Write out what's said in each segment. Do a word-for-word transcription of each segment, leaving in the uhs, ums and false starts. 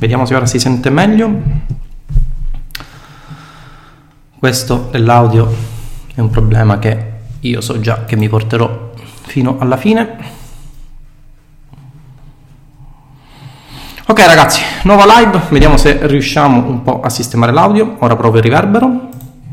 Vediamo se ora si sente meglio. Questo dell'audio è un problema che io so già che mi porterò fino alla fine. Ok ragazzi, nuova live, vediamo se riusciamo un po' a sistemare l'audio. Ora provo il riverbero.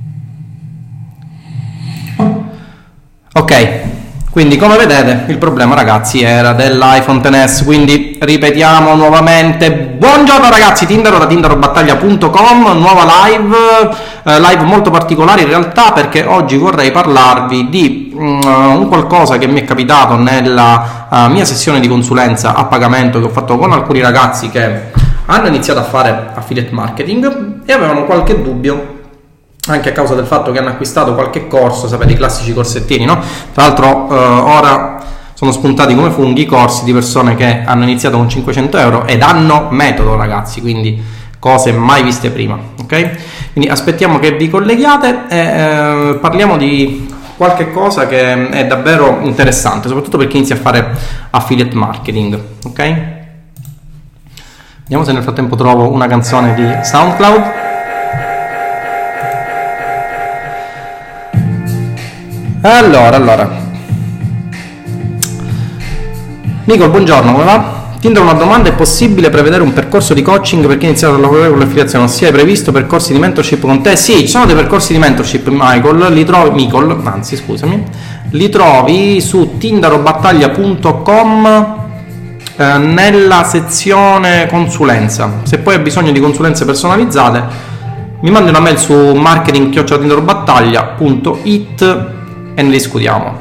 Ok, quindi come vedete il problema ragazzi era dell'iPhone X S, quindi ripetiamo nuovamente. Buongiorno ragazzi, Tindaro da tindaro battaglia punto com, nuova live, eh, live molto particolare in realtà, perché oggi vorrei parlarvi di um, un qualcosa che mi è capitato nella uh, mia sessione di consulenza a pagamento che ho fatto con alcuni ragazzi che hanno iniziato a fare affiliate marketing e avevano qualche dubbio, anche a causa del fatto che hanno acquistato qualche corso, sapete, i classici corsettini, no? Tra l'altro eh, ora sono spuntati come funghi i corsi di persone che hanno iniziato con cinquecento euro ed hanno metodo ragazzi, quindi cose mai viste prima, ok? Quindi aspettiamo che vi colleghiate e eh, parliamo di qualche cosa che è davvero interessante, soprattutto per chi inizia a fare affiliate marketing, ok? Vediamo se nel frattempo trovo una canzone di SoundCloud. Allora, allora Nico, buongiorno, come va? Tindaro, una domanda: è possibile prevedere un percorso di coaching per chi ha iniziato a lavorare con l'affiliazione? Ossia, hai previsto percorsi di mentorship con te? Sì, ci sono dei percorsi di mentorship, Michael, li trovi, Michael, anzi scusami, li trovi su tindaro battaglia punto com eh, nella sezione consulenza. Se poi hai bisogno di consulenze personalizzate, mi mandi una mail su marketing chiocciola tindaro battaglia punto it e ne discutiamo,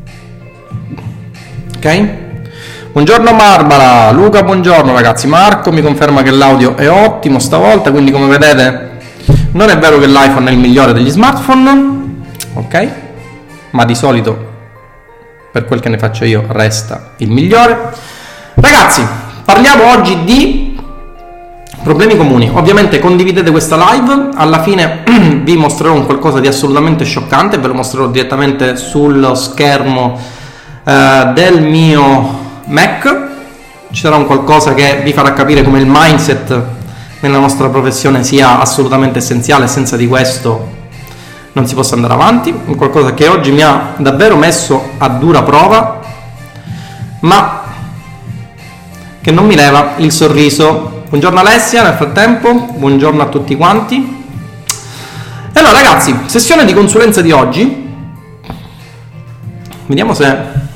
ok? Buongiorno Barbara, Luca buongiorno ragazzi, Marco mi conferma che l'audio è ottimo stavolta, quindi come vedete non è vero che l'iPhone è il migliore degli smartphone, ok? Ma di solito per quel che ne faccio io resta il migliore. Ragazzi, parliamo oggi di problemi comuni. Ovviamente condividete questa live, alla fine vi mostrerò un qualcosa di assolutamente scioccante, ve lo mostrerò direttamente sullo schermo eh, del mio Mac. Ci sarà un qualcosa che vi farà capire come il mindset nella nostra professione sia assolutamente essenziale, senza di questo non si possa andare avanti, un qualcosa che oggi mi ha davvero messo a dura prova, ma che non mi leva il sorriso. Buongiorno Alessia, nel frattempo, buongiorno a tutti quanti. E allora ragazzi, sessione di consulenza di oggi, vediamo se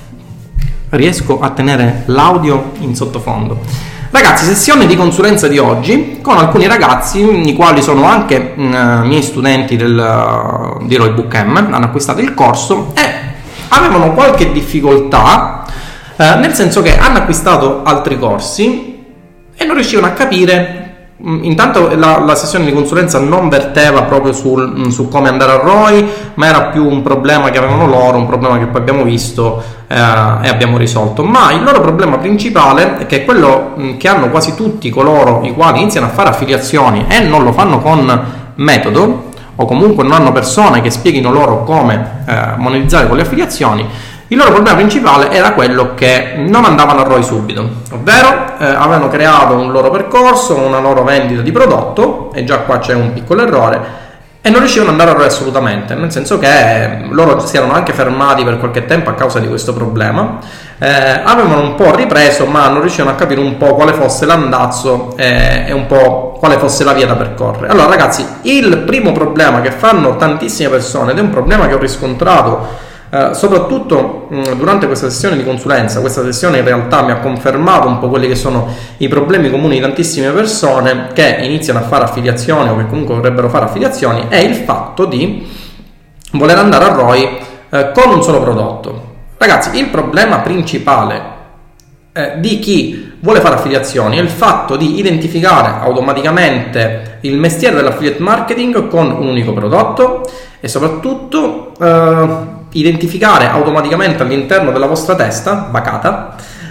riesco a tenere l'audio in sottofondo. Ragazzi, sessione di consulenza di oggi con alcuni ragazzi, i quali sono anche mh, miei studenti del, uh, di Roy Book M, hanno acquistato il corso e avevano qualche difficoltà, eh, nel senso che hanno acquistato altri corsi e non riuscivano a capire. Intanto la, la sessione di consulenza non verteva proprio sul, su come andare a R O I, ma era più un problema che avevano loro, un problema che poi abbiamo visto eh, e abbiamo risolto. Ma il loro problema principale è che è quello che hanno quasi tutti coloro i quali iniziano a fare affiliazioni e non lo fanno con metodo, o comunque non hanno persone che spieghino loro come eh, monetizzare con le affiliazioni. Il loro problema principale era quello che non andavano a R O I subito, ovvero eh, avevano creato un loro percorso, una loro vendita di prodotto, e già qua c'è un piccolo errore, e non riuscivano ad andare a R O I assolutamente, nel senso che loro si erano anche fermati per qualche tempo a causa di questo problema, eh, avevano un po' ripreso, ma non riuscivano a capire un po' quale fosse l'andazzo eh, e un po' quale fosse la via da percorrere. Allora ragazzi, il primo problema che fanno tantissime persone, ed è un problema che ho riscontrato Uh, soprattutto mh, durante questa sessione di consulenza, questa sessione in realtà mi ha confermato un po' quelli che sono i problemi comuni di tantissime persone che iniziano a fare affiliazioni o che comunque vorrebbero fare affiliazioni, è il fatto di voler andare a R O I uh, con un solo prodotto. Ragazzi, il problema principale uh, di chi vuole fare affiliazioni è il fatto di identificare automaticamente il mestiere dell'affiliate marketing con un unico prodotto e soprattutto uh, identificare automaticamente all'interno della vostra testa bacata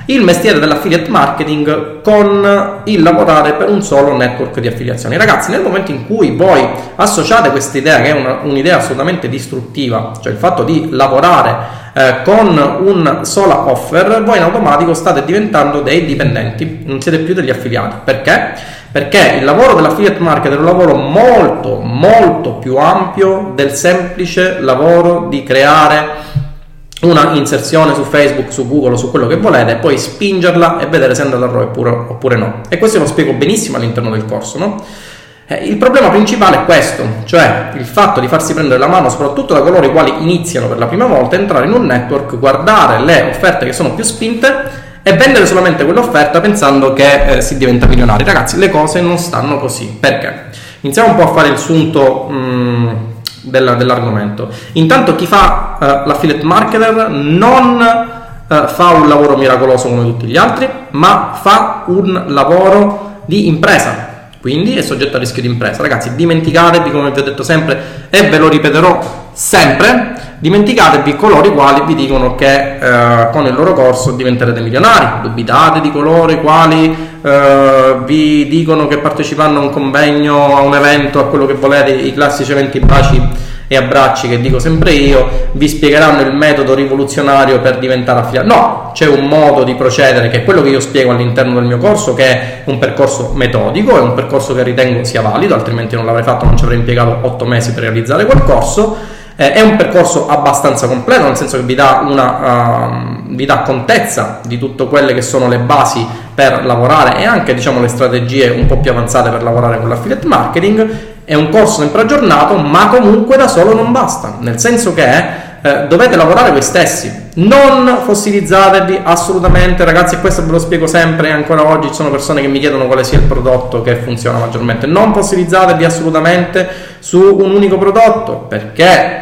il mestiere dell'affiliate marketing con il lavorare per un solo network di affiliazioni. Ragazzi, nel momento in cui voi associate questa idea, che è una, un'idea assolutamente distruttiva, cioè il fatto di lavorare eh, con una sola offer, voi in automatico state diventando dei dipendenti, non siete più degli affiliati. Perché? Perché il lavoro dell'affiliate marketer è un lavoro molto molto più ampio del semplice lavoro di creare una inserzione su Facebook, su Google o su quello che volete, poi spingerla e vedere se andrà oppure, oppure no. E questo lo spiego benissimo all'interno del corso, no? Eh, il problema principale è questo, cioè il fatto di farsi prendere la mano soprattutto da coloro i quali iniziano per la prima volta, entrare in un network, guardare le offerte che sono più spinte e vendere solamente quell'offerta pensando che eh, si diventa milionari. Ragazzi, le cose non stanno così. Perché? Iniziamo un po' a fare il sunto mh, della, dell'argomento. Intanto chi fa uh, l'affiliate marketer non uh, fa un lavoro miracoloso come tutti gli altri, ma fa un lavoro di impresa, quindi è soggetto a rischio di impresa. Ragazzi, dimenticatevi, come vi ho detto sempre e ve lo ripeterò sempre, dimenticatevi coloro i quali vi dicono che eh, con il loro corso diventerete milionari. Dubitate di coloro i quali eh, vi dicono che partecipando a un convegno, a un evento, a quello che volete, i classici eventi baci e abbracci che dico sempre io, vi spiegheranno il metodo rivoluzionario per diventare affiliati. No, c'è un modo di procedere che è quello che io spiego all'interno del mio corso, che è un percorso metodico, è un percorso che ritengo sia valido, altrimenti non l'avrei fatto, non ci avrei impiegato otto mesi per realizzare quel corso. Eh, è un percorso abbastanza completo, nel senso che vi dà una uh, vi dà contezza di tutte quelle che sono le basi per lavorare e anche, diciamo, le strategie un po' più avanzate per lavorare con l'affiliate marketing. È un corso sempre aggiornato, ma comunque da solo non basta, nel senso che eh, dovete lavorare voi stessi. Non fossilizzatevi assolutamente, ragazzi, e questo ve lo spiego sempre, e ancora oggi ci sono persone che mi chiedono quale sia il prodotto che funziona maggiormente. Non fossilizzatevi assolutamente su un unico prodotto, perché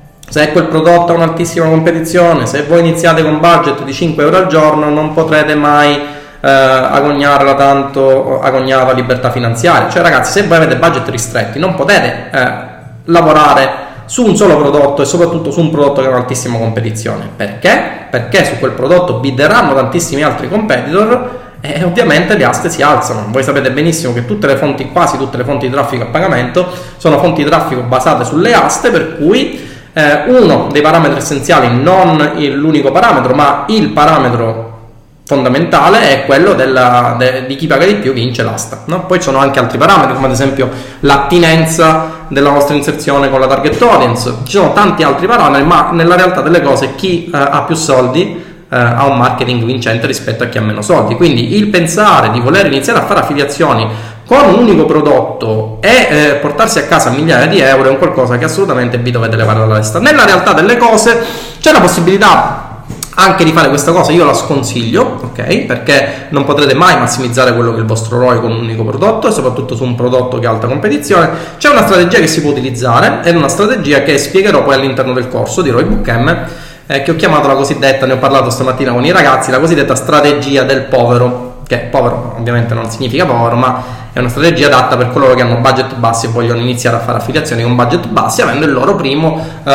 se quel prodotto ha un'altissima competizione, se voi iniziate con budget di cinque euro al giorno, non potrete mai eh, agognarla tanto, agognare la libertà finanziaria. Cioè, ragazzi, se voi avete budget ristretti, non potete eh, lavorare su un solo prodotto e soprattutto su un prodotto che ha un'altissima competizione. Perché? Perché su quel prodotto bideranno tantissimi altri competitor e ovviamente le aste si alzano. Voi sapete benissimo che tutte le fonti, quasi tutte le fonti di traffico a pagamento sono fonti di traffico basate sulle aste, per cui eh, uno dei parametri essenziali, non il, l'unico parametro, ma il parametro fondamentale è quello della, de, di chi paga di più vince l'asta, no? Poi ci sono anche altri parametri, come ad esempio l'attinenza della vostra inserzione con la target audience. Ci sono tanti altri parametri, ma nella realtà delle cose chi eh, ha più soldi eh, ha un marketing vincente rispetto a chi ha meno soldi. Quindi il pensare di voler iniziare a fare affiliazioni con un unico prodotto e eh, portarsi a casa migliaia di euro è un qualcosa che assolutamente vi dovete levare dalla testa. Nella realtà delle cose c'è la possibilità anche di fare questa cosa, io la sconsiglio, ok? Perché non potrete mai massimizzare quello che è il vostro R O I con un unico prodotto, e soprattutto su un prodotto che ha alta competizione. C'è una strategia che si può utilizzare, ed è una strategia che spiegherò poi all'interno del corso di R O I Book M, eh, che ho chiamato la cosiddetta, ne ho parlato stamattina con i ragazzi, la cosiddetta strategia del povero, che povero ovviamente non significa povero, ma è una strategia adatta per coloro che hanno budget bassi e vogliono iniziare a fare affiliazioni con budget bassi, avendo il loro primo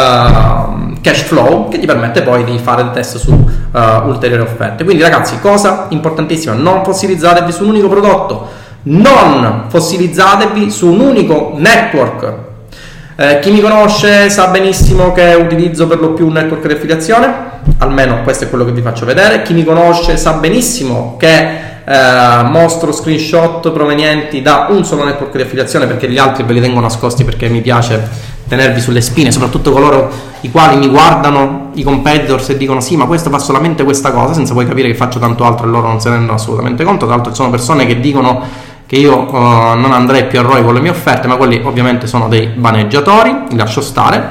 uh, cash flow, che gli permette poi di fare il test su uh, ulteriori offerte. Quindi, ragazzi, cosa importantissima: non fossilizzatevi su un unico prodotto, non fossilizzatevi su un unico network. Eh, chi mi conosce sa benissimo che utilizzo per lo più un network di affiliazione, almeno questo è quello che vi faccio vedere. Chi mi conosce sa benissimo che eh, mostro screenshot provenienti da un solo network di affiliazione, perché gli altri ve li tengo nascosti, perché mi piace tenervi sulle spine, soprattutto coloro i quali mi guardano, i competitors, e dicono sì, ma questo fa solamente questa cosa, senza poi capire che faccio tanto altro, e loro non se ne rendono assolutamente conto. Tra l'altro ci sono persone che dicono che io uh, non andrei più a R O I con le mie offerte, ma quelli ovviamente sono dei vaneggiatori, li lascio stare.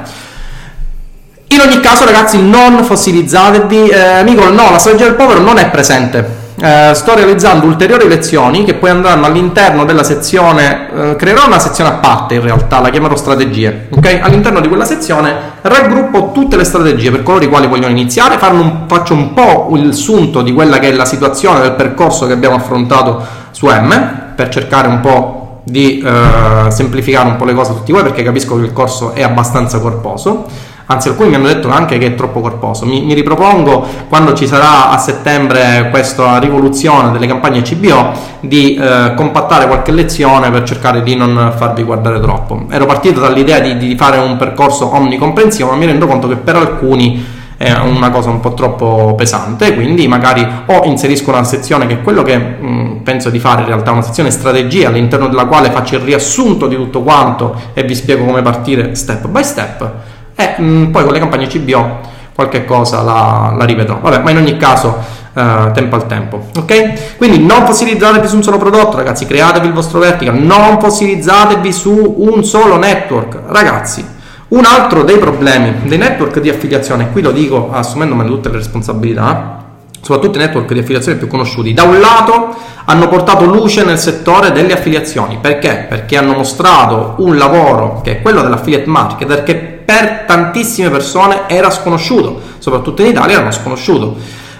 In ogni caso, ragazzi, non fossilizzatevi. eh, Nicole, no, la strategia del povero non è presente. Eh, sto realizzando ulteriori lezioni che poi andranno all'interno della sezione, eh, creerò una sezione a parte, in realtà la chiamerò strategie, ok? All'interno di quella sezione raggruppo tutte le strategie per coloro i quali vogliono iniziare, un, faccio un po' il sunto di quella che è la situazione del percorso che abbiamo affrontato su M, per cercare un po' di eh, semplificare un po' le cose a tutti voi, perché capisco che il corso è abbastanza corposo. anzi alcuni mi hanno detto anche che è troppo corposo. Mi, mi ripropongo, quando ci sarà a settembre questa rivoluzione delle campagne C B O, di eh, compattare qualche lezione per cercare di non farvi guardare troppo. Ero partito dall'idea di, di fare un percorso omnicomprensivo, ma mi rendo conto che per alcuni è una cosa un po' troppo pesante, quindi magari o inserisco una sezione che è quello che mh, penso di fare in realtà, una sezione strategia all'interno della quale faccio il riassunto di tutto quanto e vi spiego come partire step by step, e mh, poi con le campagne C B O qualche cosa la, la rivedrò, vabbè, ma in ogni caso uh, tempo al tempo, ok? Quindi non fossilizzatevi su un solo prodotto, ragazzi, createvi il vostro vertical, non fossilizzatevi su un solo network, ragazzi. Un altro dei problemi dei network di affiliazione, qui lo dico assumendomene tutte le responsabilità, soprattutto i network di affiliazione più conosciuti, da un lato hanno portato luce nel settore delle affiliazioni. Perché? Perché hanno mostrato un lavoro che è quello dell'affiliate marketer, che per tantissime persone era sconosciuto, soprattutto in Italia era sconosciuto.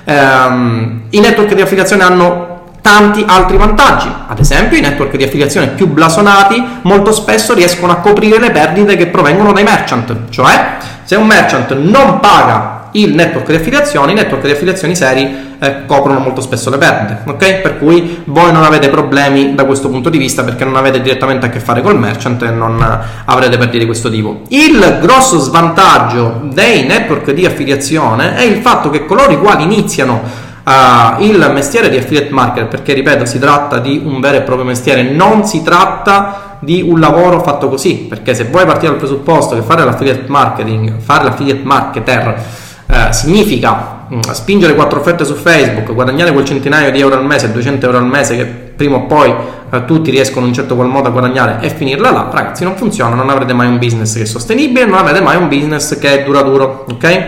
Ehm, I network di affiliazione hanno tanti altri vantaggi, ad esempio i network di affiliazione più blasonati molto spesso riescono a coprire le perdite che provengono dai merchant, cioè se un merchant non paga il network di affiliazione, i network di affiliazioni seri eh, coprono molto spesso le perdite, ok? Per cui voi non avete problemi da questo punto di vista, perché non avete direttamente a che fare col merchant e non avrete perdite di questo tipo. Il grosso svantaggio dei network di affiliazione è il fatto che coloro i quali iniziano Uh, il mestiere di affiliate marketer, perché ripeto si tratta di un vero e proprio mestiere, non si tratta di un lavoro fatto così, perché se vuoi partire dal presupposto che fare l'affiliate marketing, fare l'affiliate marketer uh, significa uh, spingere quattro offerte su Facebook, guadagnare quel centinaio di euro al mese, duecento euro al mese che prima o poi uh, tutti riescono in un certo qual modo a guadagnare e finirla là, ragazzi, non funziona, non avrete mai un business che è sostenibile, non avrete mai un business che è duraturo, ok?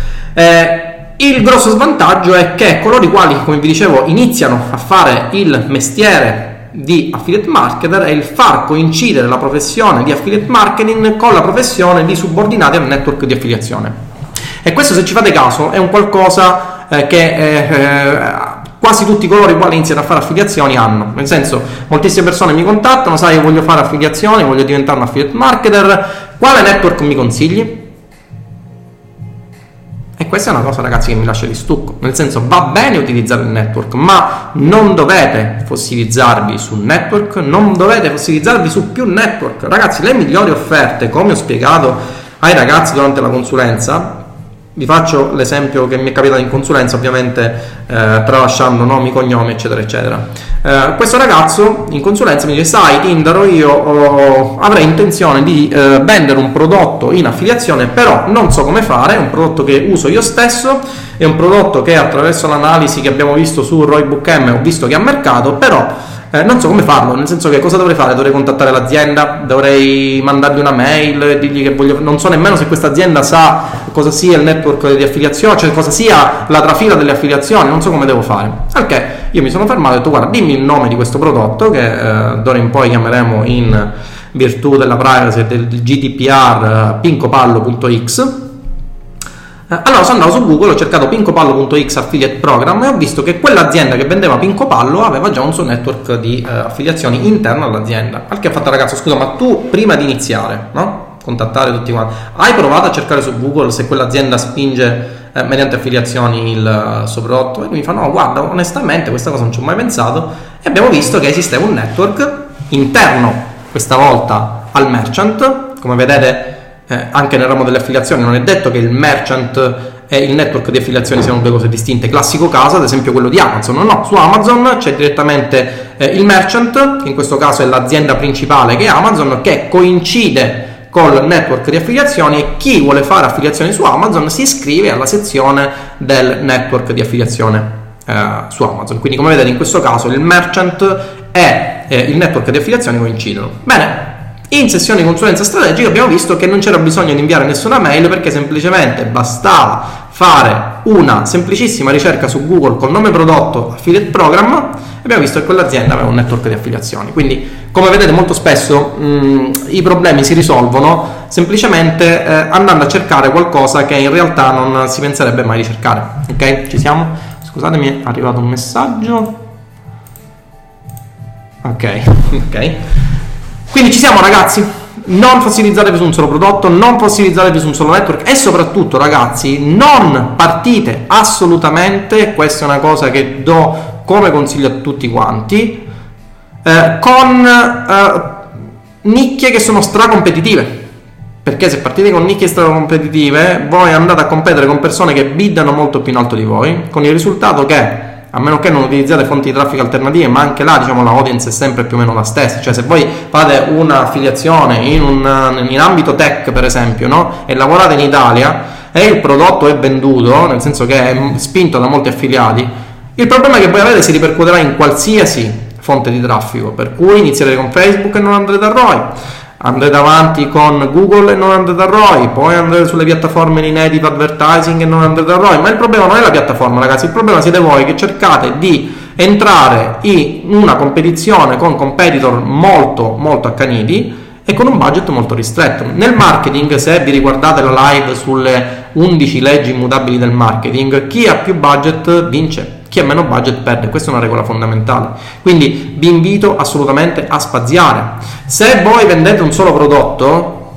Eh, Il grosso svantaggio è che coloro i quali, come vi dicevo, iniziano a fare il mestiere di affiliate marketer è il far coincidere la professione di affiliate marketing con la professione di subordinati al network di affiliazione. E questo, se ci fate caso, è un qualcosa eh, che eh, eh, quasi tutti coloro i quali iniziano a fare affiliazioni hanno. Nel senso, moltissime persone mi contattano, sai, io voglio fare affiliazioni, voglio diventare un affiliate marketer, quale network mi consigli? E questa è una cosa, ragazzi, che mi lascia di stucco, nel senso, va bene utilizzare il network, ma non dovete fossilizzarvi su un network, non dovete fossilizzarvi su più network. Ragazzi, le migliori offerte, come ho spiegato ai ragazzi durante la consulenza, vi faccio l'esempio che mi è capitato in consulenza, ovviamente eh, tralasciando nomi, cognomi, eccetera eccetera. Eh, questo ragazzo in consulenza mi dice: sai Tindaro, io oh, avrei intenzione di eh, vendere un prodotto in affiliazione, però non so come fare, è un prodotto che uso io stesso, è un prodotto che attraverso l'analisi che abbiamo visto su Roybook M ho visto che ha mercato, però Eh, non so come farlo, nel senso che cosa dovrei fare? Dovrei contattare l'azienda, dovrei mandargli una mail e dirgli che voglio, non so nemmeno se questa azienda sa cosa sia il network di affiliazione, cioè cosa sia la trafila delle affiliazioni, non so come devo fare. Ok, io mi sono fermato e ho detto: guarda, dimmi il nome di questo prodotto, che eh, d'ora in poi chiameremo, in virtù della privacy e del G D P R, pincopallo punto x. Allora sono andato su Google, ho cercato pincopallo punto x affiliate program e ho visto che quell'azienda che vendeva Pinco Pallo aveva già un suo network di uh, affiliazioni interno all'azienda. Al che ha fatto: ragazzo, scusa, ma tu prima di iniziare, no? Contattare tutti quanti, hai provato a cercare su Google se quell'azienda spinge eh, mediante affiliazioni il uh, suo prodotto? E lui mi fa: no, guarda, onestamente questa cosa non ci ho mai pensato. E abbiamo visto che esisteva un network interno, questa volta al merchant. Come vedete, Eh, anche nel ramo delle affiliazioni non è detto che il merchant e il network di affiliazioni siano due cose distinte. Classico caso, ad esempio, quello di Amazon. No, su Amazon c'è direttamente eh, il merchant, che in questo caso è l'azienda principale che è Amazon, che coincide col network di affiliazioni, e chi vuole fare affiliazioni su Amazon si iscrive alla sezione del network di affiliazione eh, su Amazon. Quindi, come vedete, in questo caso il merchant e eh, il network di affiliazioni coincidono. Bene. In sessione di consulenza strategica abbiamo visto che non c'era bisogno di inviare nessuna mail, perché semplicemente bastava fare una semplicissima ricerca su Google col nome prodotto affiliate program e abbiamo visto che quell'azienda aveva un network di affiliazioni. Quindi, come vedete, molto spesso mh, i problemi si risolvono semplicemente eh, andando a cercare qualcosa che in realtà non si penserebbe mai di cercare. Ok? Ci siamo? Scusatemi, è arrivato un messaggio. Ok, ok. Quindi ci siamo, ragazzi. non fossilizzatevi su un solo prodotto, non fossilizzatevi su un solo network e soprattutto, ragazzi, non partite assolutamente, questa è una cosa che do come consiglio a tutti quanti, eh, con eh, nicchie che sono stracompetitive. Perché se partite con nicchie stracompetitive, voi andate a competere con persone che biddano molto più in alto di voi, con il risultato che, a meno che non utilizzate fonti di traffico alternative, ma anche là, diciamo, la audience è sempre più o meno la stessa. Cioè, se voi fate un'affiliazione in, un, in ambito tech, per esempio, no? E lavorate in Italia e il prodotto è venduto, nel senso che è spinto da molti affiliati, il problema che voi avete si ripercuoterà in qualsiasi fonte di traffico, per cui inizierete con Facebook e non andrete a R O I, andrete avanti con Google e non andrete a R O I, poi andrete sulle piattaforme di native advertising e non andrete a R O I. Ma il problema non è la piattaforma, ragazzi, il problema siete voi che cercate di entrare in una competizione con competitor molto molto accaniti e con un budget molto ristretto. Nel marketing, se vi riguardate la live sulle undici leggi immutabili del marketing, chi ha più budget vince, chi ha meno budget perde. Questa è una regola fondamentale, quindi vi invito assolutamente a spaziare. Se voi vendete un solo prodotto,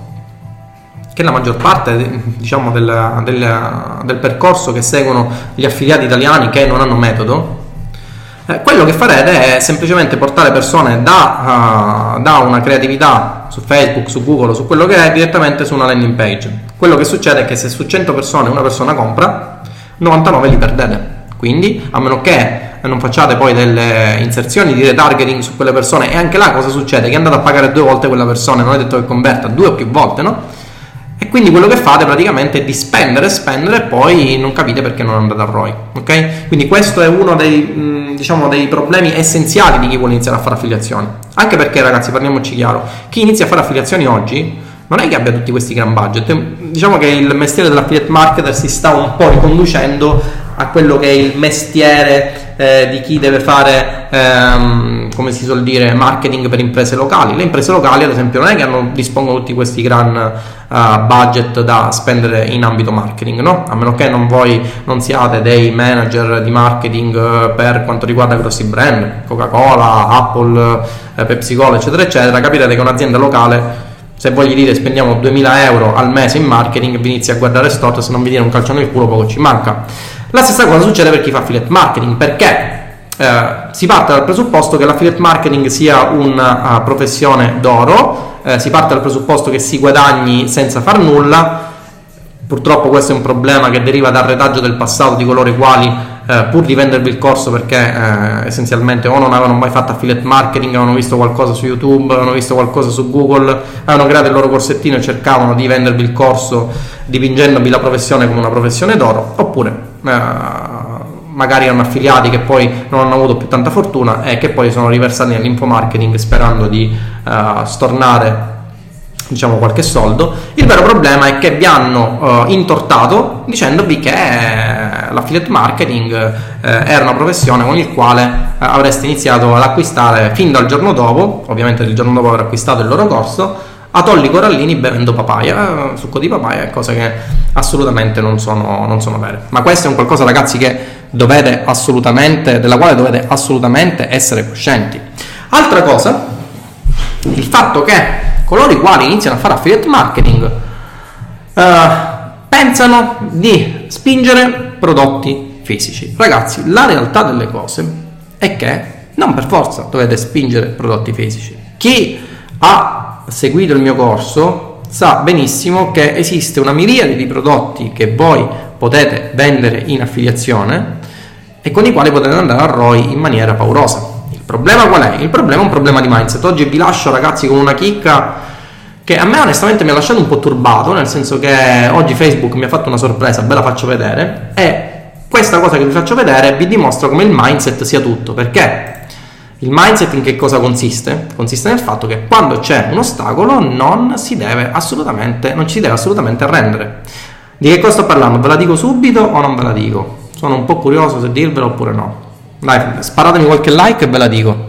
che è la maggior parte, diciamo, del, del, del percorso che seguono gli affiliati italiani che non hanno metodo, eh, quello che farete è semplicemente portare persone da, uh, da una creatività su Facebook, su Google, su quello che è, direttamente su una landing page. Quello che succede è che se su cento persone una persona compra, novantanove li perdete. Quindi, a meno che non facciate poi delle inserzioni di retargeting su quelle persone, e anche là cosa succede? Che andate a pagare due volte quella persona, non è detto che converta, due o più volte, no? E quindi quello che fate praticamente è di spendere, spendere e poi non capite perché non andate a R O I, ok? Quindi questo è uno dei, mh, diciamo, dei problemi essenziali di chi vuole iniziare a fare affiliazioni. Anche perché, ragazzi, parliamoci chiaro, chi inizia a fare affiliazioni oggi non è che abbia tutti questi gran budget. Diciamo che il mestiere dell'affiliate marketer si sta un po' riconducendo a quello che è il mestiere eh, di chi deve fare, ehm, come si suol dire, marketing per imprese locali. Le imprese locali, ad esempio, non è che hanno, dispongono tutti questi gran uh, budget da spendere in ambito marketing, no? A meno che non voi non siate dei manager di marketing uh, per quanto riguarda grossi brand, Coca-Cola, Apple, uh, Pepsi-Cola, eccetera, eccetera. Capirete che un'azienda locale, se voi gli dite spendiamo duemila euro al mese in marketing, vi inizia a guardare storto, se non vi viene un calcio nel culo poco ci manca. La stessa cosa succede per chi fa affiliate marketing, perché eh, si parte dal presupposto che l'affiliate marketing sia una uh, professione d'oro, eh, si parte dal presupposto che si guadagni senza far nulla. Purtroppo questo è un problema che deriva dal retaggio del passato di coloro i quali eh, pur di vendervi il corso perché eh, essenzialmente o non avevano mai fatto affiliate marketing, avevano visto qualcosa su YouTube, avevano visto qualcosa su Google, avevano creato il loro corsettino e cercavano di vendervi il corso dipingendovi la professione come una professione d'oro, oppure eh, magari erano affiliati che poi non hanno avuto più tanta fortuna e che poi sono riversati nell'infomarketing sperando di eh, stornare, diciamo, qualche soldo. Il vero problema è che vi hanno uh, intortato dicendovi che eh, l'affiliate marketing eh, era una professione con il quale eh, avreste iniziato ad acquistare fin dal giorno dopo, ovviamente il giorno dopo aver acquistato il loro corso, atolli corallini bevendo papaya, eh, succo di papaya, cose che assolutamente non sono, non sono vere. Ma questo è un qualcosa, ragazzi, che dovete assolutamente, della quale dovete assolutamente essere coscienti. Altra cosa, il fatto che coloro i quali iniziano a fare affiliate marketing eh, pensano di spingere prodotti fisici. Ragazzi, la realtà delle cose è che non per forza dovete spingere prodotti fisici. Chi ha seguito il mio corso sa benissimo che esiste una miriade di prodotti che voi potete vendere in affiliazione e con i quali potete andare a R O I in maniera paurosa. Il problema qual è? Il problema è un problema di mindset. Oggi vi lascio, ragazzi, con una chicca che a me onestamente mi ha lasciato un po' turbato, nel senso che oggi Facebook mi ha fatto una sorpresa, ve la faccio vedere, e questa cosa che vi faccio vedere vi dimostra come il mindset sia tutto. Perché il mindset in che cosa consiste? Consiste nel fatto che quando c'è un ostacolo non si deve assolutamente, non ci si deve assolutamente arrendere. Di che cosa sto parlando? Ve la dico subito o non ve la dico? Sono un po' curioso se dirvelo oppure no. Dai, sparatemi qualche like e ve la dico.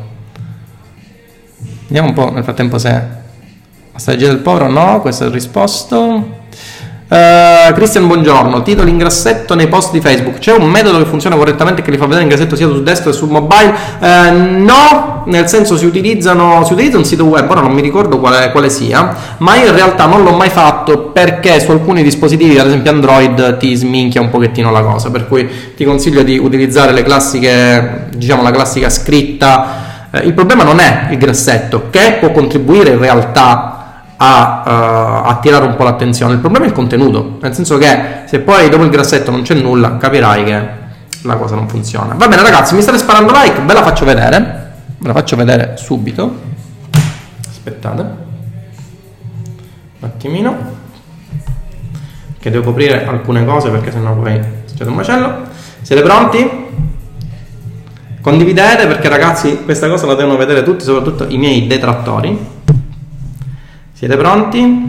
Vediamo un po' nel frattempo se la strategia del povero, no, questo è il risposto. Uh, Cristian, buongiorno. Titoli in grassetto nei post di Facebook. C'è un metodo che funziona correttamente e che li fa vedere in grassetto sia su desktop che su mobile? Uh, no, nel senso si utilizzano si utilizza un sito web, ora non mi ricordo quale, quale sia, ma io in realtà non l'ho mai fatto perché su alcuni dispositivi, ad esempio Android, ti sminchia un pochettino la cosa, per cui ti consiglio di utilizzare le classiche, diciamo la classica scritta. Uh, il problema non è il grassetto, che può contribuire in realtà a uh, attirare un po' l'attenzione. Il problema è il contenuto, nel senso che se poi dopo il grassetto non c'è nulla, capirai che la cosa non funziona. Va bene ragazzi, mi state sparando like, ve la faccio vedere, ve la faccio vedere subito. Aspettate un attimino che devo coprire alcune cose perché sennò poi succede un macello. Siete pronti? Condividete, perché ragazzi questa cosa la devono vedere tutti, soprattutto i miei detrattori. Siete pronti?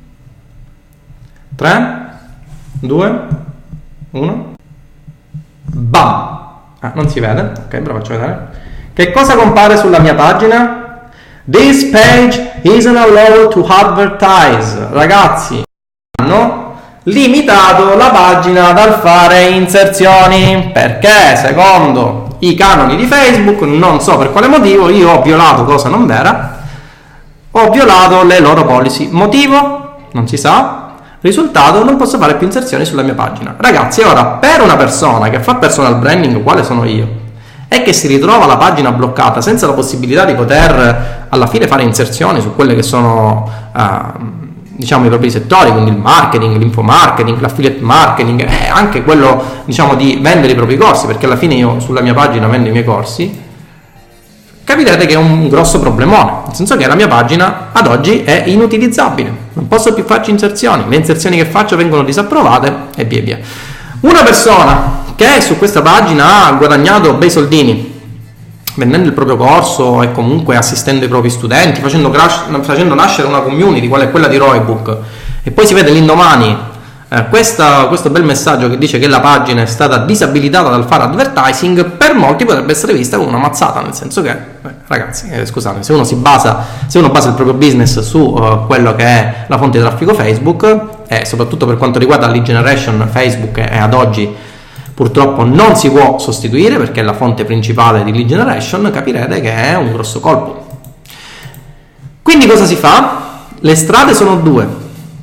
tre, due, uno. Bam! Ah, non si vede? Ok, ve lo faccio vedere. Che cosa compare sulla mia pagina? This page isn't allowed to advertise. Ragazzi, hanno limitato la pagina dal fare inserzioni perché secondo i canoni di Facebook, non so per quale motivo, io ho violato cosa non vera. Ho violato le loro policy. Motivo? Non si sa. Risultato? Non posso fare più inserzioni sulla mia pagina. Ragazzi, ora, per una persona che fa personal branding, quale sono io, e che si ritrova la pagina bloccata senza la possibilità di poter alla fine fare inserzioni su quelle che sono uh, diciamo i propri settori, quindi il marketing, l'infomarketing, l'affiliate marketing, e anche quello diciamo di vendere i propri corsi, perché alla fine io sulla mia pagina vendo i miei corsi, capirete che è un grosso problemone, nel senso che la mia pagina ad oggi è inutilizzabile, non posso più farci inserzioni, le inserzioni che faccio vengono disapprovate e via via. Una persona che su questa pagina ha guadagnato bei soldini vendendo il proprio corso e comunque assistendo i propri studenti, facendo, crash, facendo nascere una community quale è quella di Roybook, e poi si vede l'indomani Eh, questa, questo bel messaggio che dice che la pagina è stata disabilitata dal fare advertising, per molti potrebbe essere vista come una mazzata, nel senso che eh, ragazzi eh, scusate, se uno si basa se uno basa il proprio business su uh, quello che è la fonte di traffico Facebook, e soprattutto per quanto riguarda la lead generation, Facebook è ad oggi purtroppo non si può sostituire perché è la fonte principale di lead generation, capirete che è un grosso colpo. Quindi cosa si fa? Le strade sono due.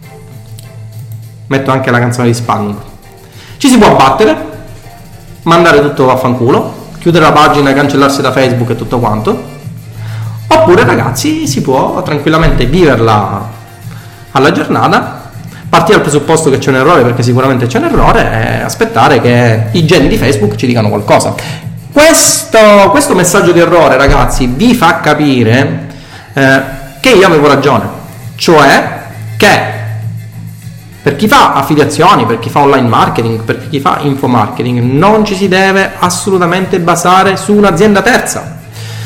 Metto anche la canzone di Spang. Ci si può abbattere, mandare tutto a fanculo, chiudere la pagina, cancellarsi da Facebook e tutto quanto, oppure ragazzi si può tranquillamente viverla alla giornata, partire dal presupposto che c'è un errore, perché sicuramente c'è un errore, e aspettare che i geni di Facebook ci dicano qualcosa. Questo, questo messaggio di errore ragazzi vi fa capire eh, che io avevo ragione, cioè che per chi fa affiliazioni, per chi fa online marketing, per chi fa info marketing, non ci si deve assolutamente basare su un'azienda terza.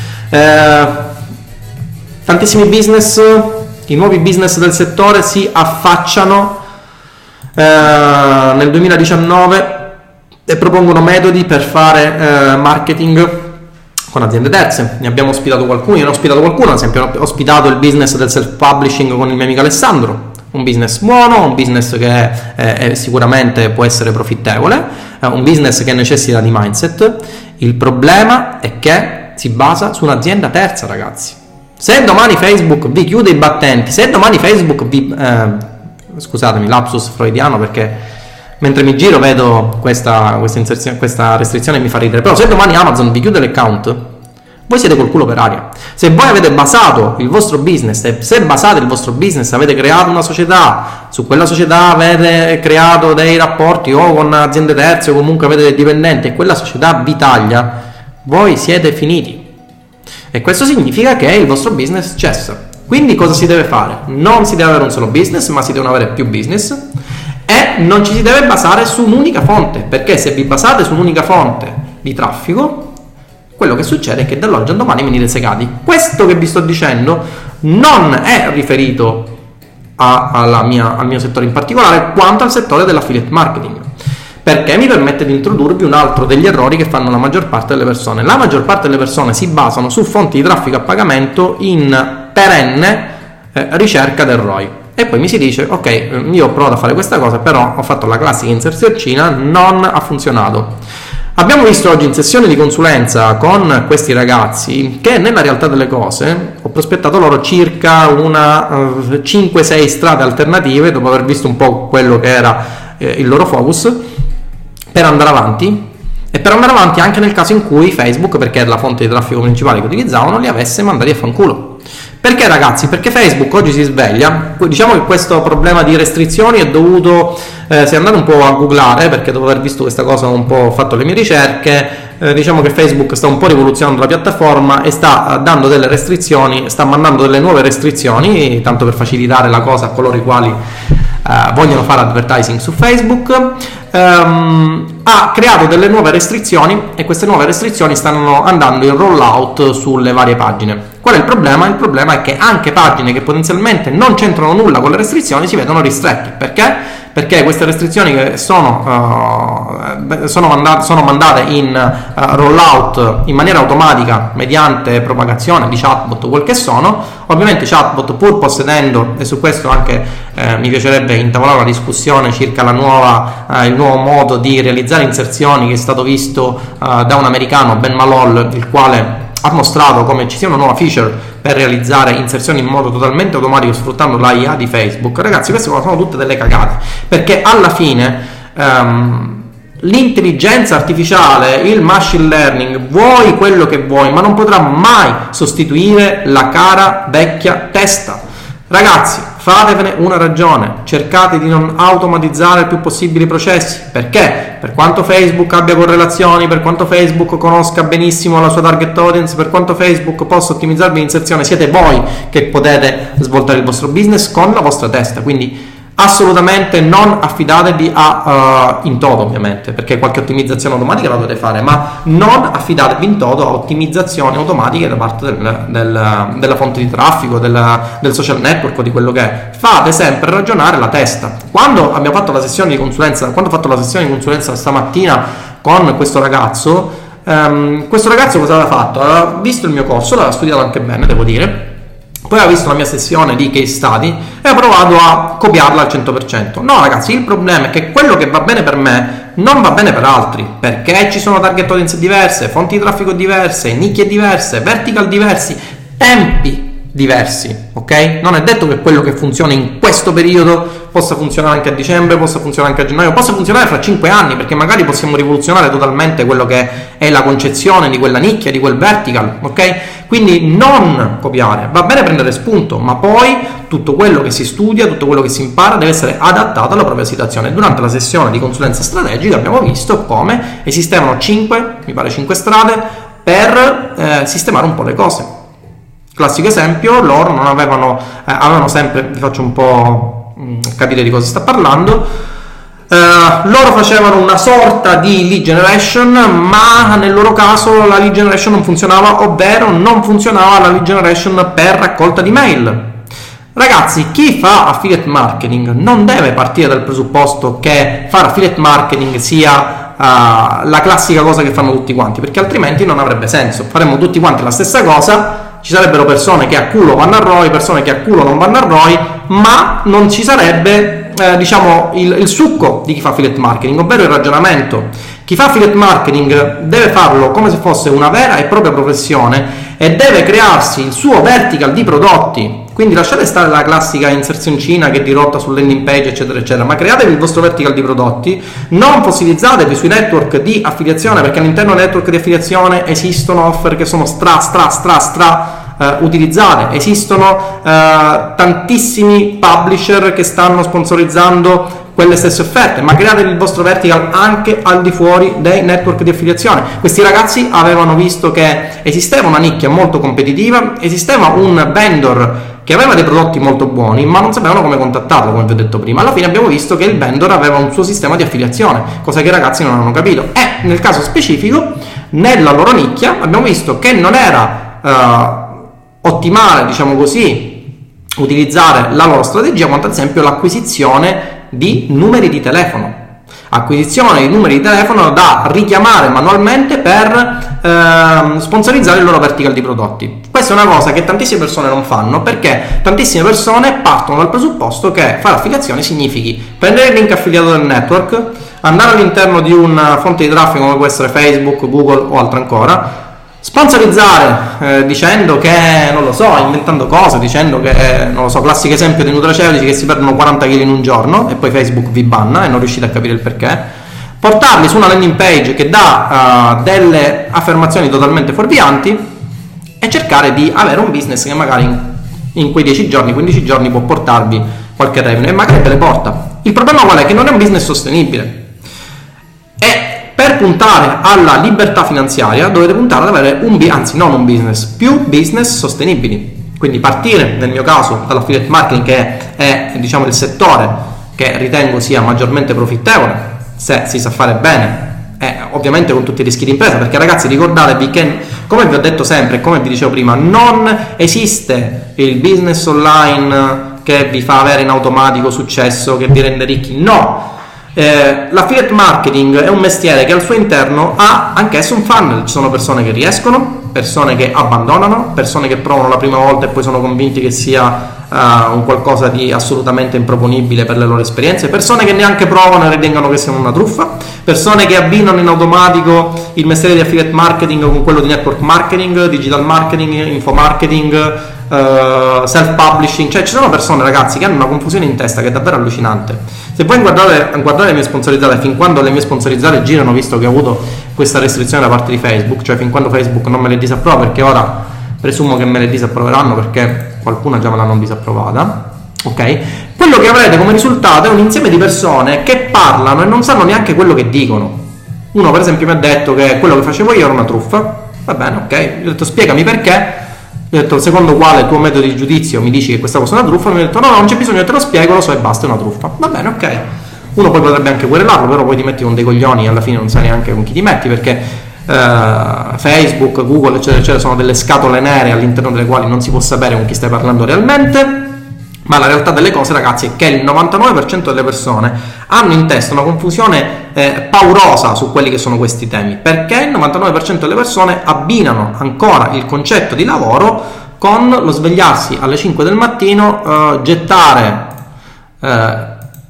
Eh, tantissimi business, i nuovi business del settore si affacciano eh, nel duemiladiciannove e propongono metodi per fare eh, marketing con aziende terze. Ne abbiamo ospitato qualcuno, io ne ho ospitato qualcuno, ad esempio ho ospitato il business del self-publishing con il mio amico Alessandro. Un business buono, un business che eh, sicuramente può essere profittevole, eh, un business che necessita di mindset. Il problema è che si basa su un'azienda terza, ragazzi. Se domani Facebook vi chiude i battenti, se domani Facebook vi... Eh, scusatemi, lapsus freudiano, perché mentre mi giro vedo questa, questa, inserzione, questa restrizione e mi fa ridere, però se domani Amazon vi chiude l'account, voi siete col culo per aria. Se voi avete basato il vostro business, se basate il vostro business, avete creato una società, su quella società avete creato dei rapporti o con aziende terze o comunque avete dei dipendenti e quella società vi taglia, voi siete finiti. E questo significa che il vostro business cessa. Quindi cosa si deve fare? Non si deve avere un solo business, ma si devono avere più business, e non ci si deve basare su un'unica fonte, perché se vi basate su un'unica fonte di traffico, quello che succede è che dall'oggi al domani venite segati. Questo che vi sto dicendo non è riferito a, alla mia, al mio settore in particolare, quanto al settore dell'affiliate marketing, perché mi permette di introdurvi un altro degli errori che fanno la maggior parte delle persone. La maggior parte delle persone si basano su fonti di traffico a pagamento in perenne eh, ricerca del R O I. e poi mi si dice ok, io ho provato a fare questa cosa, però ho fatto la classica inserzioncina, non ha funzionato. Abbiamo visto oggi in sessione di consulenza con questi ragazzi che nella realtà delle cose ho prospettato loro circa una uh, cinque sei strade alternative dopo aver visto un po' quello che era eh, il loro focus per andare avanti, e per andare avanti anche nel caso in cui Facebook, perché era la fonte di traffico principale che utilizzavano, li avesse mandati a fanculo. Perché ragazzi? Perché Facebook oggi si sveglia, diciamo che questo problema di restrizioni è dovuto, eh, se andate un po' a googlare, perché dopo aver visto questa cosa ho un po' fatto le mie ricerche, eh, diciamo che Facebook sta un po' rivoluzionando la piattaforma e sta eh, dando delle restrizioni, sta mandando delle nuove restrizioni, tanto per facilitare la cosa a coloro i quali eh, vogliono fare advertising su Facebook. Um, ha creato delle nuove restrizioni e queste nuove restrizioni stanno andando in rollout sulle varie pagine. Qual è il problema? Il problema è che anche pagine che potenzialmente non c'entrano nulla con le restrizioni si vedono ristrette. Perché? Perché queste restrizioni che sono, uh, sono, mandate, sono mandate in uh, rollout in maniera automatica mediante propagazione di chatbot, quel che sono. Ovviamente chatbot, pur possedendo, e su questo anche eh, mi piacerebbe intavolare una discussione circa la nuova, eh, il nuovo modo di realizzare inserzioni che è stato visto uh, da un americano, Ben Malol, il quale ha mostrato come ci sia una nuova feature per realizzare inserzioni in modo totalmente automatico sfruttando l'A I A di Facebook. Ragazzi, queste sono tutte delle cagate, perché alla fine um, l'intelligenza artificiale, il machine learning, vuoi quello che vuoi, ma non potrà mai sostituire la cara vecchia testa. Ragazzi, fatevene una ragione, cercate di non automatizzare il più possibile i processi. Perché? Per quanto Facebook abbia correlazioni, per quanto Facebook conosca benissimo la sua target audience, per quanto Facebook possa ottimizzarvi l'inserzione, siete voi che potete svoltare il vostro business con la vostra testa. Quindi assolutamente non affidatevi a uh, in toto, ovviamente, perché qualche ottimizzazione automatica la dovete fare, ma non affidatevi in toto a ottimizzazioni automatiche da parte del, del, della fonte di traffico, del, del social network o di quello che è. Fate sempre ragionare la testa. Quando abbiamo fatto la sessione di consulenza, quando ho fatto la sessione di consulenza stamattina con questo ragazzo, um, questo ragazzo cosa aveva fatto? Aveva visto il mio corso, l'aveva studiato anche bene, devo dire. Poi ha visto la mia sessione di case study e ha provato a copiarla al cento per cento. No ragazzi, il problema è che quello che va bene per me non va bene per altri, perché ci sono target audience diverse, fonti di traffico diverse, nicchie diverse, vertical diversi, tempi diversi, ok? Non è detto che quello che funziona in questo periodo possa funzionare anche a dicembre, possa funzionare anche a gennaio, possa funzionare fra cinque anni, perché magari possiamo rivoluzionare totalmente quello che è la concezione di quella nicchia, di quel vertical, ok? Quindi non copiare, va bene prendere spunto, ma poi tutto quello che si studia, tutto quello che si impara deve essere adattato alla propria situazione. Durante la sessione di consulenza strategica abbiamo visto come esistevano cinque, mi pare cinque strade per eh, sistemare un po' le cose. Classico esempio, loro non avevano, eh, avevano sempre, vi faccio un po' mh, capire di cosa sta parlando, eh, loro facevano una sorta di lead generation, ma nel loro caso la lead generation non funzionava, ovvero non funzionava la lead generation per raccolta di mail. Ragazzi, chi fa affiliate marketing non deve partire dal presupposto che fare affiliate marketing sia uh, la classica cosa che fanno tutti quanti, perché altrimenti non avrebbe senso. Faremmo tutti quanti la stessa cosa, ci sarebbero persone che a culo vanno a R O I, persone che a culo non vanno a R O I, ma non ci sarebbe eh, diciamo il, il succo di chi fa affiliate marketing, ovvero il ragionamento. Chi fa affiliate marketing deve farlo come se fosse una vera e propria professione e deve crearsi il suo vertical di prodotti. Quindi lasciate stare la classica inserzioncina che dirotta sul landing page eccetera eccetera, ma createvi il vostro vertical di prodotti, non fossilizzatevi sui network di affiliazione, perché all'interno del network di affiliazione esistono offer che sono stra stra stra stra Uh, utilizzate, esistono uh, tantissimi publisher che stanno sponsorizzando quelle stesse offerte, ma create il vostro vertical anche al di fuori dei network di affiliazione. Questi ragazzi avevano visto che esisteva una nicchia molto competitiva, esisteva un vendor che aveva dei prodotti molto buoni, ma non sapevano come contattarlo, come vi ho detto prima. Alla fine abbiamo visto che il vendor aveva un suo sistema di affiliazione, cosa che i ragazzi non hanno capito, e nel caso specifico, nella loro nicchia, abbiamo visto che non era uh, ottimale, diciamo così, utilizzare la loro strategia, quanto ad esempio l'acquisizione di numeri di telefono. acquisizione di numeri di telefono da richiamare manualmente per eh, sponsorizzare il loro vertical di prodotti. Questa è una cosa che tantissime persone non fanno, perché tantissime persone partono dal presupposto che fare affiliazione significhi prendere il link affiliato del network, andare all'interno di una fonte di traffico come può essere Facebook, Google o altro ancora, sponsorizzare eh, dicendo che, non lo so, inventando cose, dicendo che, non lo so, classico esempio dei nutraceutici che si perdono quaranta chili in un giorno e poi Facebook vi banna e non riuscite a capire il perché, portarli su una landing page che dà uh, delle affermazioni totalmente fuorvianti e cercare di avere un business che magari in, in quei dieci giorni, quindici giorni può portarvi qualche revenue e magari te le porta. Il problema qual è? Che non è un business sostenibile. E per puntare alla libertà finanziaria dovete puntare ad avere un, anzi non un business, più business sostenibili. Quindi partire, nel mio caso, dall'affiliate marketing, che è, è diciamo il settore che ritengo sia maggiormente profittevole se si sa fare bene, eh, ovviamente con tutti i rischi di impresa, perché ragazzi ricordatevi che, come vi ho detto sempre, come vi dicevo prima, non esiste il business online che vi fa avere in automatico successo, che vi rende ricchi. No, eh, l'affiliate marketing è un mestiere che al suo interno ha anch'esso un funnel. Ci sono persone che riescono, persone che abbandonano, persone che provano la prima volta e poi sono convinti che sia uh, un qualcosa di assolutamente improponibile per le loro esperienze, persone che neanche provano e ritengono che siano una truffa, persone che abbinano in automatico il mestiere di affiliate marketing con quello di network marketing, digital marketing, info marketing, Uh, self-publishing. Cioè ci sono persone, ragazzi, che hanno una confusione in testa che è davvero allucinante. Se voi guardate, guardate le mie sponsorizzate, fin quando le mie sponsorizzate girano, visto che ho avuto questa restrizione da parte di Facebook, cioè fin quando Facebook non me le disapprova, perché ora presumo che me le disapproveranno perché qualcuna già me l'hanno disapprovata, ok? Quello che avrete come risultato è un insieme di persone che parlano e non sanno neanche quello che dicono. Uno per esempio mi ha detto che quello che facevo io era una truffa. Va bene, ok, gli ho detto spiegami perché. Gli ho detto secondo quale tuo metodo di giudizio mi dici che questa cosa è una truffa. Mi ha detto no, no, non c'è bisogno, te lo spiego, lo so e basta, è una truffa. Va bene, ok. Uno poi potrebbe anche querelarlo, però poi ti metti con dei coglioni e alla fine non sai neanche con chi ti metti, perché eh, Facebook, Google eccetera eccetera sono delle scatole nere all'interno delle quali non si può sapere con chi stai parlando realmente. Ma la realtà delle cose, ragazzi, è che il novantanove per cento delle persone hanno in testa una confusione eh, paurosa su quelli che sono questi temi, perché il novantanove per cento delle persone abbinano ancora il concetto di lavoro con lo svegliarsi alle cinque del mattino, eh, gettare eh,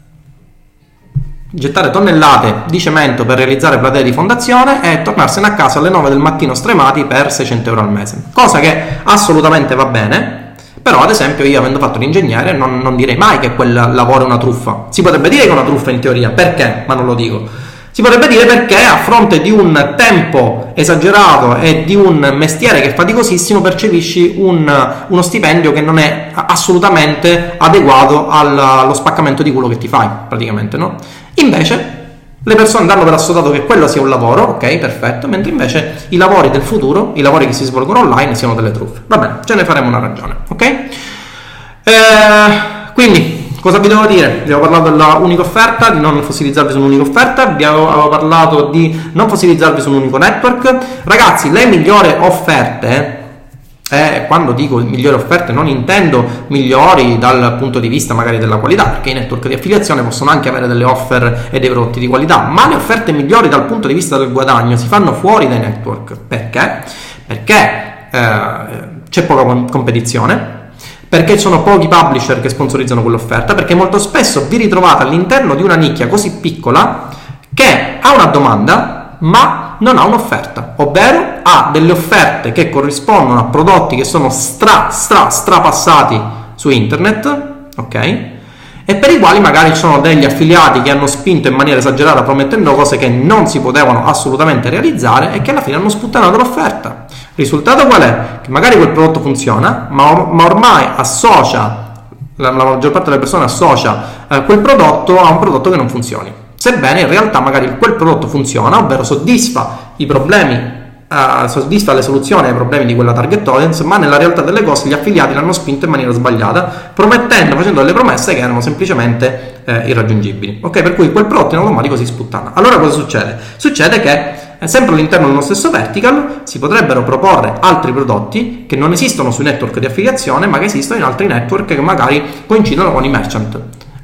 gettare tonnellate di cemento per realizzare platee di fondazione e tornarsene a casa alle nove del mattino stremati per seicento euro al mese, cosa che assolutamente va bene. Però ad esempio io, avendo fatto l'ingegnere, non, non direi mai che quel lavoro è una truffa. Si potrebbe dire che è una truffa in teoria, perché? Ma non lo dico. Si potrebbe dire perché a fronte di un tempo esagerato e di un mestiere che è faticosissimo percepisci un, uno stipendio che non è assolutamente adeguato al, allo spaccamento di culo che ti fai, praticamente, no? Invece le persone danno per assodato che quello sia un lavoro, ok, perfetto, mentre invece i lavori del futuro, i lavori che si svolgono online, siano delle truffe. Va bene, ce ne faremo una ragione, ok? Eh, quindi, cosa vi devo dire? Vi avevo parlato della unica offerta, di non fossilizzarvi su un'unica offerta, vi avevo, avevo parlato di non fossilizzarvi su un unico network. Ragazzi, le migliori offerte, eh, quando dico migliori offerte non intendo migliori dal punto di vista magari della qualità, perché i network di affiliazione possono anche avere delle offer e dei prodotti di qualità, ma le offerte migliori dal punto di vista del guadagno si fanno fuori dai network. Perché? Perché eh, c'è poca competizione, perché ci sono pochi publisher che sponsorizzano quell'offerta, perché molto spesso vi ritrovate all'interno di una nicchia così piccola che ha una domanda ma non ha un'offerta, ovvero ha delle offerte che corrispondono a prodotti che sono stra stra strapassati su internet, ok? E per i quali magari ci sono degli affiliati che hanno spinto in maniera esagerata promettendo cose che non si potevano assolutamente realizzare e che alla fine hanno sputtanato l'offerta. Il risultato qual è? Che magari quel prodotto funziona, ma, or ma ormai associa, la, la maggior parte delle persone associa eh, quel prodotto a un prodotto che non funzioni. Sebbene in realtà magari quel prodotto funziona, ovvero soddisfa i problemi, eh, soddisfa le soluzioni ai problemi di quella target audience, ma nella realtà delle cose gli affiliati l'hanno spinto in maniera sbagliata, promettendo, facendo delle promesse che erano semplicemente eh, irraggiungibili. Ok, per cui quel prodotto in automatico si sputtana. Allora cosa succede? Succede che eh, sempre all'interno dello stesso vertical si potrebbero proporre altri prodotti che non esistono sui network di affiliazione, ma che esistono in altri network che magari coincidono con i merchant.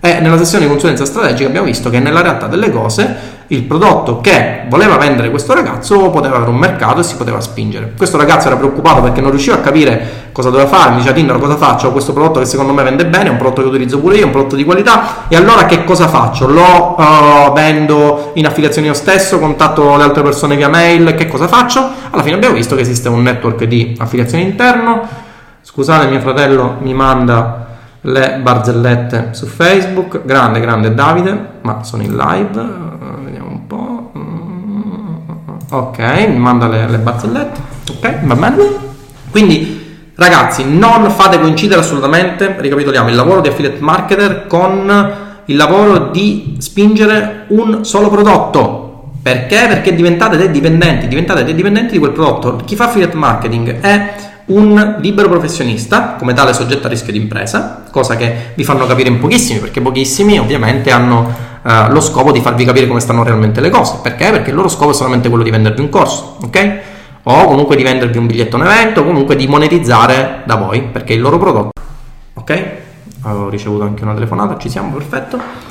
E nella sessione di consulenza strategica abbiamo visto che nella realtà delle cose il prodotto che voleva vendere questo ragazzo poteva avere un mercato e si poteva spingere. Questo ragazzo era preoccupato perché non riusciva a capire cosa doveva fare, mi diceva: Tindaro, cosa faccio? Ho questo prodotto che secondo me vende bene, è un prodotto che utilizzo pure io, è un prodotto di qualità, e allora che cosa faccio? Lo uh, vendo in affiliazione io stesso, contatto le altre persone via mail, che cosa faccio? Alla fine abbiamo visto che esiste un network di affiliazione interno. Scusate, mio fratello mi manda le barzellette su Facebook, grande grande Davide, ma sono in live, uh, vediamo un po', ok, mi manda le, le barzellette, ok, va bene. Quindi ragazzi, non fate coincidere assolutamente, ricapitoliamo, il lavoro di affiliate marketer con il lavoro di spingere un solo prodotto. Perché? Perché diventate dei dipendenti, diventate dei dipendenti di quel prodotto. Chi fa affiliate marketing è un libero professionista, come tale soggetto a rischio di impresa, cosa che vi fanno capire in pochissimi, perché pochissimi ovviamente hanno uh, lo scopo di farvi capire come stanno realmente le cose. Perché? Perché il loro scopo è solamente quello di vendervi un corso, ok? O comunque di vendervi un biglietto a un evento, o comunque di monetizzare da voi, perché è il loro prodotto, ok? Ho ricevuto anche una telefonata, ci siamo, perfetto.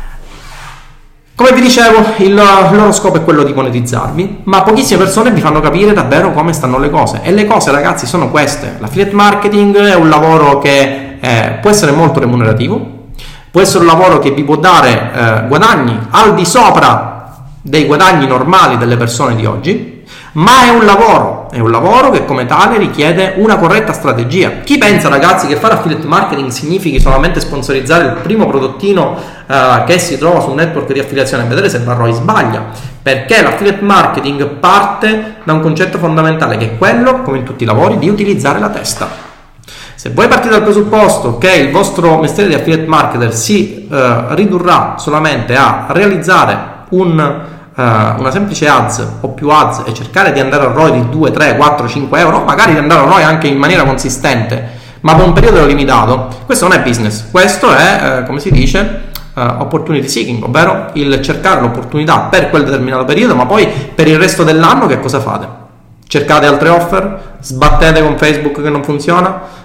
Come vi dicevo, il loro scopo è quello di monetizzarvi, ma pochissime persone vi fanno capire davvero come stanno le cose. E le cose, ragazzi, sono queste. L'affiliate marketing è un lavoro che eh, può essere molto remunerativo, può essere un lavoro che vi può dare eh, guadagni al di sopra dei guadagni normali delle persone di oggi, ma è un lavoro, è un lavoro che come tale richiede una corretta strategia. Chi pensa, ragazzi, che fare affiliate marketing significhi solamente sponsorizzare il primo prodottino uh, che si trova su un network di affiliazione e vedere se va R O I, sbaglia, perché l'affiliate marketing parte da un concetto fondamentale, che è quello, come in tutti i lavori, di utilizzare la testa. Se voi partite dal presupposto che il vostro mestiere di affiliate marketer si uh, ridurrà solamente a realizzare un Uh, una semplice ads o più ads e cercare di andare a R O I di due, tre, quattro, cinque euro, magari di andare a R O I anche in maniera consistente, ma per un periodo limitato, questo non è business, questo è, uh, come si dice, uh, opportunity seeking, ovvero il cercare l'opportunità per quel determinato periodo, ma poi per il resto dell'anno che cosa fate? Cercate altre offer, sbattete con Facebook che non funziona,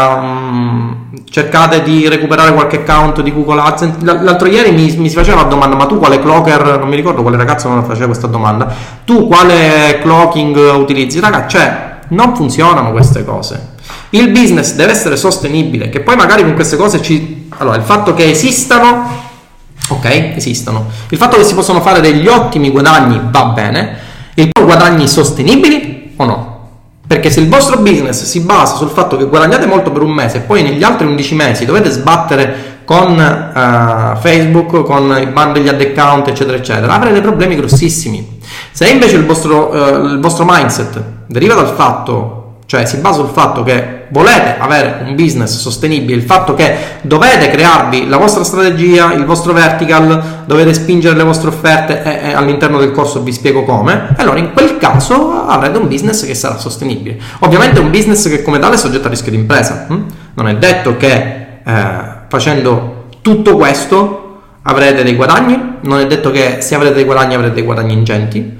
Um, cercate di recuperare qualche account di Google AdSense. L'altro ieri mi, mi si faceva una domanda: ma tu quale clocker, non mi ricordo quale ragazzo non faceva questa domanda, tu quale clocking utilizzi? Ragazzi, cioè, non funzionano queste cose. Il business deve essere sostenibile, che poi magari con queste cose ci... Allora, il fatto che esistano, ok, esistono, il fatto che si possono fare degli ottimi guadagni va bene, il guadagni sostenibili o no? Perché se il vostro business si basa sul fatto che guadagnate molto per un mese e poi negli altri undici mesi dovete sbattere con uh, Facebook, con i ban degli ad account, eccetera, eccetera, avrete problemi grossissimi. Se invece il vostro, uh, il vostro mindset deriva dal fatto, cioè si basa sul fatto che volete avere un business sostenibile, il fatto che dovete crearvi la vostra strategia, il vostro vertical, dovete spingere le vostre offerte e, e all'interno del corso vi spiego come, allora in quel caso avrete un business che sarà sostenibile. Ovviamente un business che come tale è soggetto a rischio di impresa. Hm? Non è detto che eh, facendo tutto questo avrete dei guadagni, non è detto che se avrete dei guadagni avrete dei guadagni ingenti,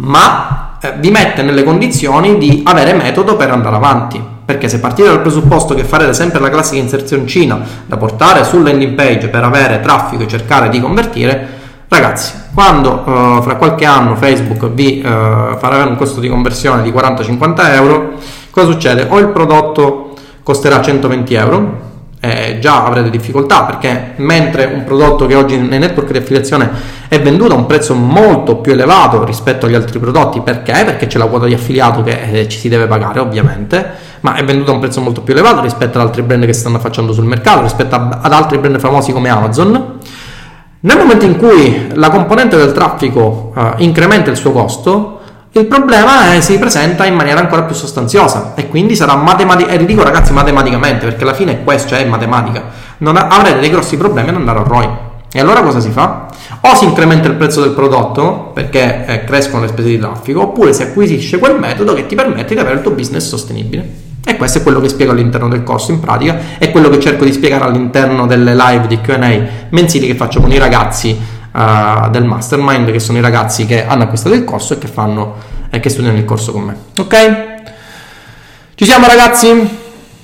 ma eh, vi mette nelle condizioni di avere metodo per andare avanti. Perché se partite dal presupposto che farete sempre la classica inserzioncina da portare sul landing page per avere traffico e cercare di convertire, ragazzi, quando uh, fra qualche anno Facebook vi uh, farà un costo di conversione di quaranta cinquanta euro, cosa succede? O il prodotto costerà centoventi euro, eh, già avrete difficoltà, perché mentre un prodotto che oggi nei network di affiliazione è venduto a un prezzo molto più elevato rispetto agli altri prodotti, perché? Perché c'è la quota di affiliato che eh, ci si deve pagare ovviamente, ma è venduto a un prezzo molto più elevato rispetto ad altri brand che stanno affacciando sul mercato, rispetto a, ad altri brand famosi come Amazon. Nel momento in cui la componente del traffico uh, incrementa il suo costo, il problema è, si presenta in maniera ancora più sostanziosa, e quindi sarà matematica, e vi dico ragazzi matematicamente, perché alla fine è questo, cioè è matematica, non ha, avrete dei grossi problemi ad andare a R O I. E allora cosa si fa? O si incrementa il prezzo del prodotto perché eh, crescono le spese di traffico, oppure si acquisisce quel metodo che ti permette di avere il tuo business sostenibile. E questo è quello che spiego all'interno del corso, in pratica è quello che cerco di spiegare all'interno delle live di Q and A mensili che faccio con i ragazzi uh, del mastermind, che sono i ragazzi che hanno acquistato il corso e che fanno e che studiano il corso con me. Ok? Ci siamo, ragazzi?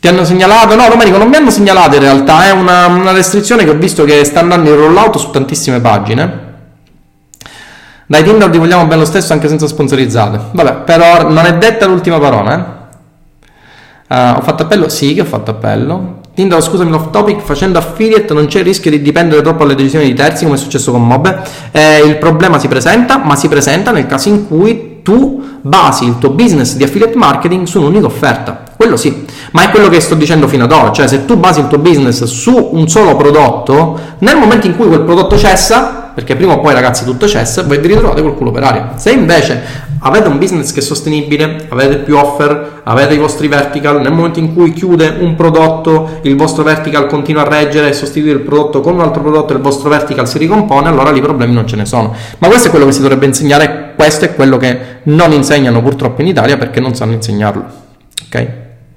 Ti hanno segnalato? No, Domenico, non mi hanno segnalato in realtà, è una, una restrizione che ho visto che sta andando in rollout su tantissime pagine. Dai Tinder ti vogliamo bene lo stesso anche senza sponsorizzate. Vabbè, però non è detta l'ultima parola, eh? Uh, ho fatto appello? Sì, che ho fatto appello. Tinder, scusami l'off topic, facendo affiliate non c'è il rischio di dipendere troppo dalle decisioni di terzi come è successo con Mobe. Eh, il problema si presenta, ma si presenta nel caso in cui tu basi il tuo business di affiliate marketing su un'unica offerta. Quello sì, ma è quello che sto dicendo fino ad ora, cioè se tu basi il tuo business su un solo prodotto, nel momento in cui quel prodotto cessa, perché prima o poi ragazzi tutto cessa, voi vi ritrovate col culo per aria. Se invece avete un business che è sostenibile, avete più offer, avete i vostri vertical, nel momento in cui chiude un prodotto, il vostro vertical continua a reggere e sostituire il prodotto con un altro prodotto e il vostro vertical si ricompone, allora lì problemi non ce ne sono. Ma questo è quello che si dovrebbe insegnare, questo è quello che non insegnano purtroppo in Italia perché non sanno insegnarlo. Ok?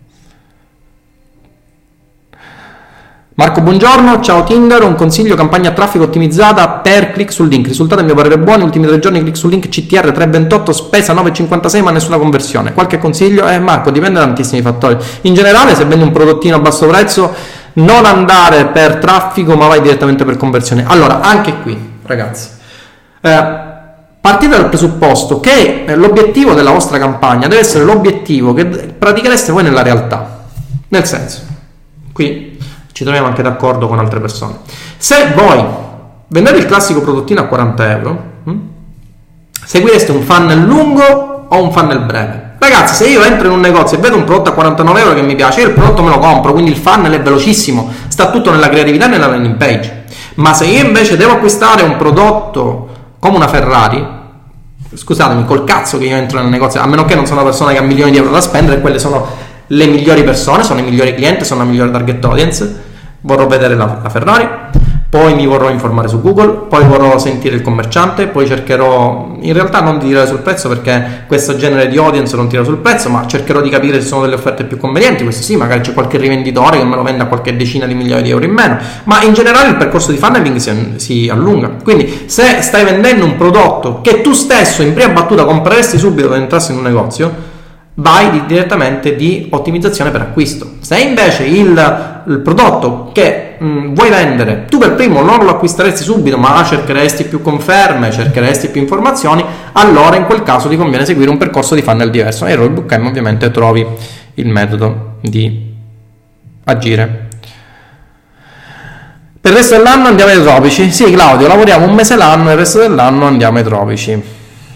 Marco, buongiorno, ciao Tinder, un consiglio: campagna traffico ottimizzata per click sul link, risultati a mio parere buoni, ultimi tre giorni click sul link C T R tre virgola ventotto, spesa nove virgola cinquantasei ma nessuna conversione. Qualche consiglio? Eh Marco, dipende da tantissimi fattori. In generale, se vendi un prodottino a basso prezzo, non andare per traffico ma vai direttamente per conversione. Allora, anche qui ragazzi, eh, partite dal presupposto che l'obiettivo della vostra campagna deve essere l'obiettivo che pratichereste voi nella realtà, nel senso, qui ci troviamo anche d'accordo con altre persone. Se voi vendete il classico prodottino a quaranta euro, hm, seguireste un funnel lungo o un funnel breve? Ragazzi, se io entro in un negozio e vedo un prodotto a quarantanove euro che mi piace, io il prodotto me lo compro, quindi il funnel è velocissimo, sta tutto nella creatività e nella landing page. Ma se io invece devo acquistare un prodotto come una Ferrari, scusatemi, col cazzo che io entro nel negozio, a meno che non sono una persona che ha milioni di euro da spendere, quelle sono le migliori persone, sono i migliori clienti, sono la migliore target audience, vorrò vedere la, la Ferrari, poi mi vorrò informare su Google, poi vorrò sentire il commerciante, poi cercherò, in realtà non di tirare sul prezzo perché questo genere di audience non tira sul prezzo, ma cercherò di capire se sono delle offerte più convenienti. Questo sì, magari c'è qualche rivenditore che me lo vende a qualche decina di migliaia di euro in meno, ma in generale il percorso di funneling si, si allunga. Quindi se stai vendendo un prodotto che tu stesso in prima battuta compreresti subito se entrassi in un negozio, vai di, direttamente di ottimizzazione per acquisto. Se invece il, il prodotto che mh, vuoi vendere tu per primo non lo acquisteresti subito ma cercheresti più conferme, cercheresti più informazioni, allora in quel caso ti conviene seguire un percorso di funnel diverso e in Roybook M ovviamente trovi il metodo di agire. Per il resto dell'anno andiamo ai tropici. Sì Claudio, lavoriamo un mese l'anno e il resto dell'anno andiamo ai tropici.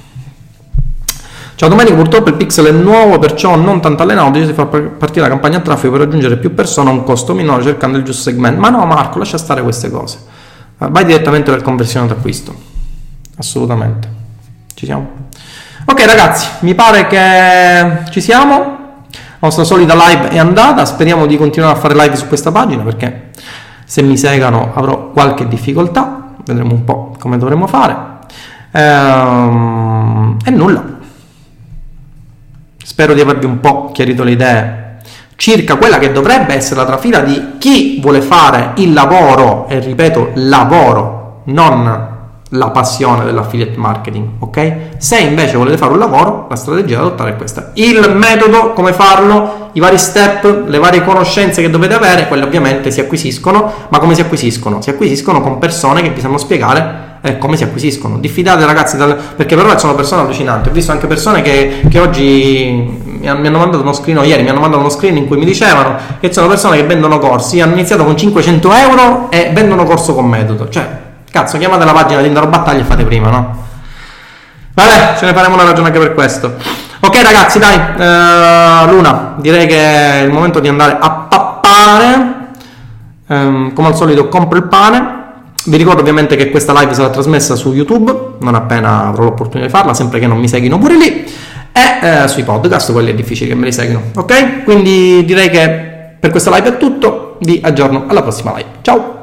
Ciao Domenico, purtroppo il pixel è nuovo, perciò non tanto allenato, si fa partire la campagna a traffico per raggiungere più persone a un costo minore cercando il giusto segmento. Ma no Marco, lascia stare queste cose, vai direttamente per conversione d'acquisto, assolutamente. Ci siamo? Ok ragazzi, mi pare che ci siamo, la nostra solita live è andata, speriamo di continuare a fare live su questa pagina perché se mi segano avrò qualche difficoltà, vedremo un po' come dovremo fare. Ehm, e nulla. Spero di avervi un po' chiarito le idee circa quella che dovrebbe essere la trafila di chi vuole fare il lavoro, e ripeto lavoro, non la passione dell'affiliate marketing, ok? Se invece volete fare un lavoro, la strategia da adottare è questa. Il metodo, come farlo, i vari step, le varie conoscenze che dovete avere, quelle ovviamente si acquisiscono, ma come si acquisiscono? Si acquisiscono con persone che vi sanno spiegare eh, come si acquisiscono. Diffidate ragazzi, dal, perché per ora sono persone allucinanti. Ho visto anche persone che, che oggi mi hanno mandato uno screen, o ieri mi hanno mandato uno screen in cui mi dicevano che sono persone che vendono corsi, hanno iniziato con cinquecento euro e vendono corso con metodo. Cioè, cazzo, chiamate la pagina di Indaro Battaglia e fate prima, no? Vabbè, ce ne faremo una ragione anche per questo. Ok ragazzi, dai, uh, Luna, direi che è il momento di andare a pappare. Um, come al solito compro il pane. Vi ricordo ovviamente che questa live sarà trasmessa su YouTube, non appena avrò l'opportunità di farla, sempre che non mi seguino pure lì, e eh, sui podcast, quelli è difficile che me li seguino, ok? Quindi direi che per questa live è tutto, vi aggiorno alla prossima live. Ciao!